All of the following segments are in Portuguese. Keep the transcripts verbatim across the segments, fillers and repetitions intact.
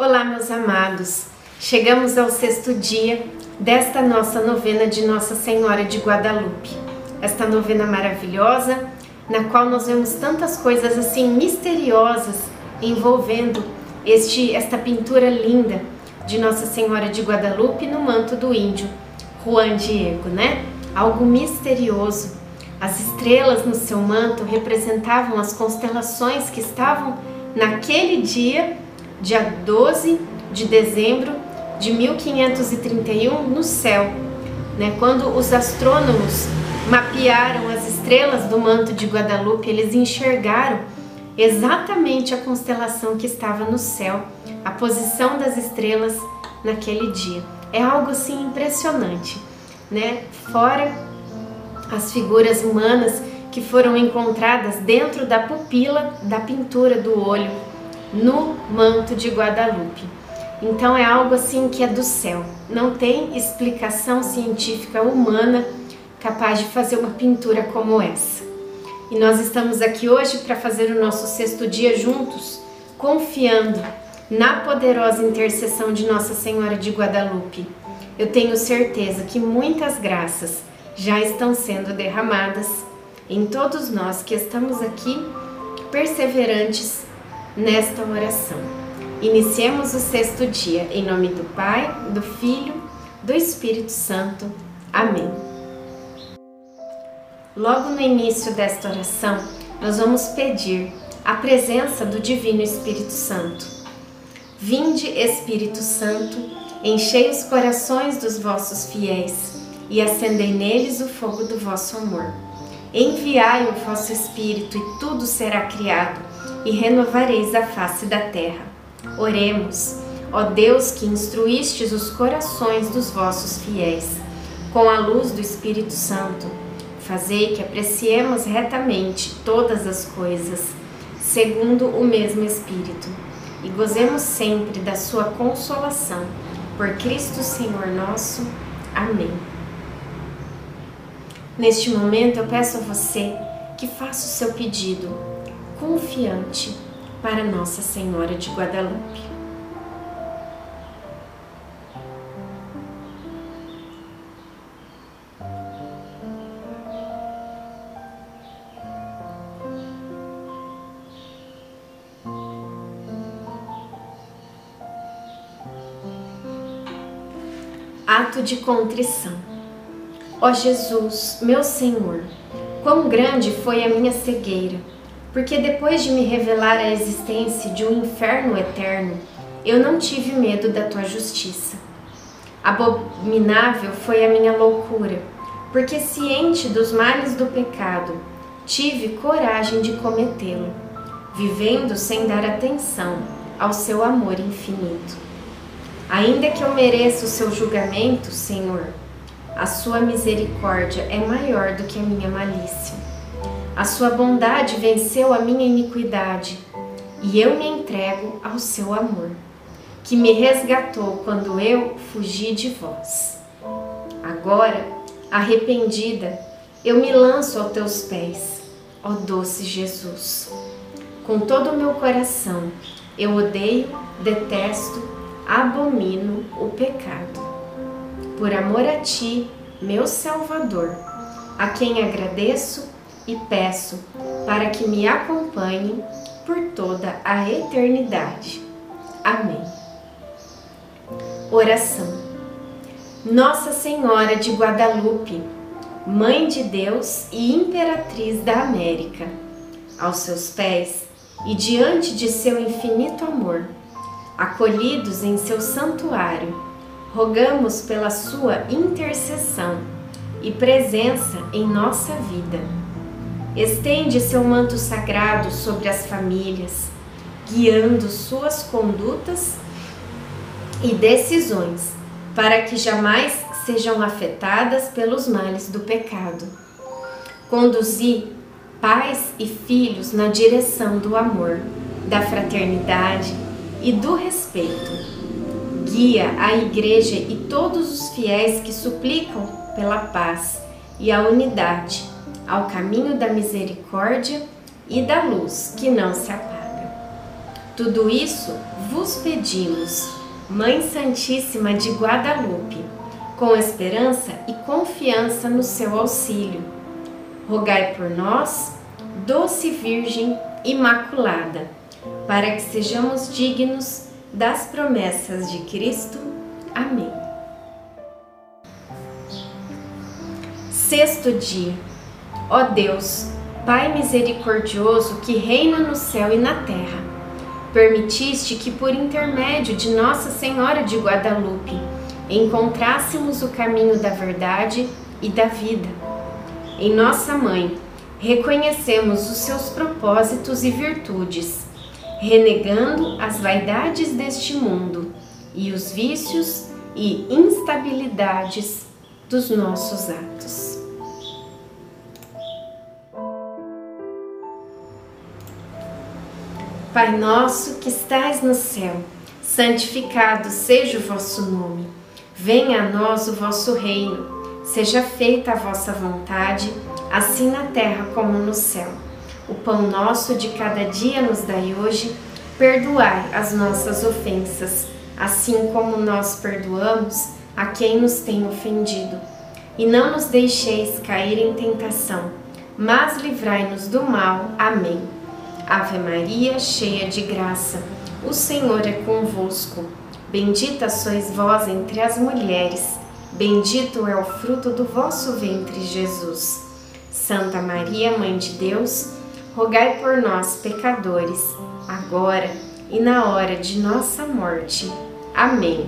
Olá, meus amados! Chegamos ao sexto dia desta nossa novena de Nossa Senhora de Guadalupe. Esta novena maravilhosa, na qual nós vemos tantas coisas assim misteriosas envolvendo este, esta pintura linda de Nossa Senhora de Guadalupe no manto do índio Juan Diego, né? Algo misterioso. As estrelas no seu manto representavam as constelações que estavam naquele dia, dia doze de dezembro de mil quinhentos e trinta e um, no céu, né? Quando os astrônomos mapearam as estrelas do manto de Guadalupe, eles enxergaram exatamente a constelação que estava no céu, a posição das estrelas naquele dia. É algo assim impressionante, né? Fora as figuras humanas que foram encontradas dentro da pupila da pintura do olho no manto de Guadalupe. Então é algo assim que é do céu. Não tem explicação científica humana capaz de fazer uma pintura como essa. E nós estamos aqui hoje para fazer o nosso sexto dia juntos, confiando na poderosa intercessão de Nossa Senhora de Guadalupe. Eu tenho certeza que muitas graças já estão sendo derramadas em todos nós que estamos aqui perseverantes nesta oração. Iniciemos o sexto dia, em nome do Pai, do Filho, do Espírito Santo. Amém. Logo no início desta oração, nós vamos pedir a presença do Divino Espírito Santo. Vinde, Espírito Santo, enchei os corações dos vossos fiéis e acendei neles o fogo do vosso amor. Enviai o vosso Espírito e tudo será criado, e renovareis a face da terra. Oremos, ó Deus que instruístes os corações dos vossos fiéis, com a luz do Espírito Santo, fazei que apreciemos retamente todas as coisas, segundo o mesmo Espírito, e gozemos sempre da sua consolação. Por Cristo Senhor nosso. Amém. Neste momento eu peço a você que faça o seu pedido confiante para Nossa Senhora de Guadalupe. Ato de contrição. Ó Jesus, meu Senhor, quão grande foi a minha cegueira, porque depois de me revelar a existência de um inferno eterno, eu não tive medo da tua justiça. Abominável foi a minha loucura, porque ciente dos males do pecado, tive coragem de cometê-lo, vivendo sem dar atenção ao seu amor infinito. Ainda que eu mereça o seu julgamento, Senhor, a sua misericórdia é maior do que a minha malícia. A sua bondade venceu a minha iniquidade, e eu me entrego ao seu amor, que me resgatou quando eu fugi de vós. Agora, arrependida, eu me lanço aos teus pés, ó doce Jesus. Com todo o meu coração, eu odeio, detesto, abomino o pecado. Por amor a ti, meu Salvador, a quem agradeço e peço para que me acompanhe por toda a eternidade. Amém. Oração. Nossa Senhora de Guadalupe, Mãe de Deus e Imperatriz da América, aos seus pés e diante de seu infinito amor, acolhidos em seu santuário, rogamos pela sua intercessão e presença em nossa vida. Estende seu manto sagrado sobre as famílias, guiando suas condutas e decisões, para que jamais sejam afetadas pelos males do pecado. Conduzi pais e filhos na direção do amor, da fraternidade e do respeito. Guia a Igreja e todos os fiéis que suplicam pela paz e a unidade, ao caminho da misericórdia e da luz que não se apaga. Tudo isso vos pedimos, Mãe Santíssima de Guadalupe, com esperança e confiança no seu auxílio. Rogai por nós, doce Virgem Imaculada, para que sejamos dignos das promessas de Cristo. Amém. Sexto dia. Ó Deus, Pai misericordioso que reina no céu e na terra, permitiste que por intermédio de Nossa Senhora de Guadalupe encontrássemos o caminho da verdade e da vida. Em nossa Mãe, reconhecemos os seus propósitos e virtudes, renegando as vaidades deste mundo e os vícios e instabilidades dos nossos atos. Pai nosso que estais no céu, santificado seja o vosso nome. Venha a nós o vosso reino. Seja feita a vossa vontade, assim na terra como no céu. O pão nosso de cada dia nos dai hoje. Perdoai as nossas ofensas, assim como nós perdoamos a quem nos tem ofendido. E não nos deixeis cair em tentação, mas livrai-nos do mal. Amém. Ave Maria, cheia de graça, o Senhor é convosco. Bendita sois vós entre as mulheres, bendito é o fruto do vosso ventre, Jesus. Santa Maria, Mãe de Deus, rogai por nós, pecadores, agora e na hora de nossa morte. Amém.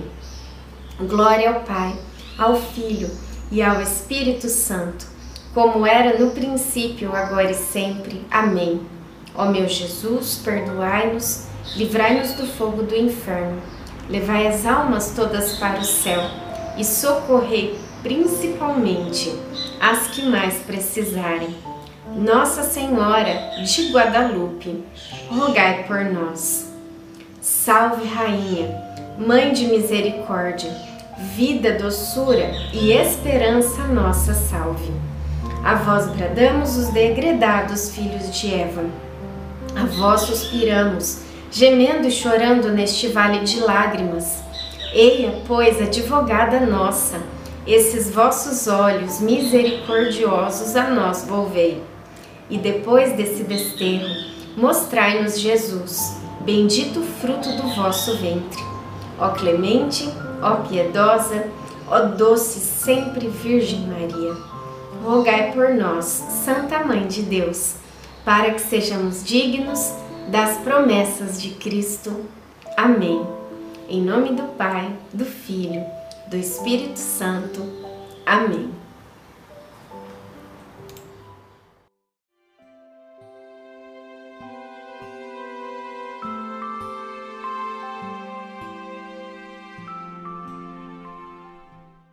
Glória ao Pai, ao Filho e ao Espírito Santo, como era no princípio, agora e sempre. Amém. Ó meu Jesus, perdoai-nos, livrai-nos do fogo do inferno, levai as almas todas para o céu e socorrei principalmente as que mais precisarem. Nossa Senhora de Guadalupe, rogai por nós. Salve Rainha, Mãe de Misericórdia, vida, doçura e esperança nossa salve. A vós bradamos os degredados filhos de Eva. A vós suspiramos, gemendo e chorando neste vale de lágrimas. Eia, pois, advogada nossa, esses vossos olhos misericordiosos a nós volvei. E depois desse desterro, mostrai-nos Jesus, bendito fruto do vosso ventre. Ó clemente, ó piedosa, ó doce sempre Virgem Maria, rogai por nós, Santa Mãe de Deus, para que sejamos dignos das promessas de Cristo. Amém. Em nome do Pai, do Filho, do Espírito Santo. Amém.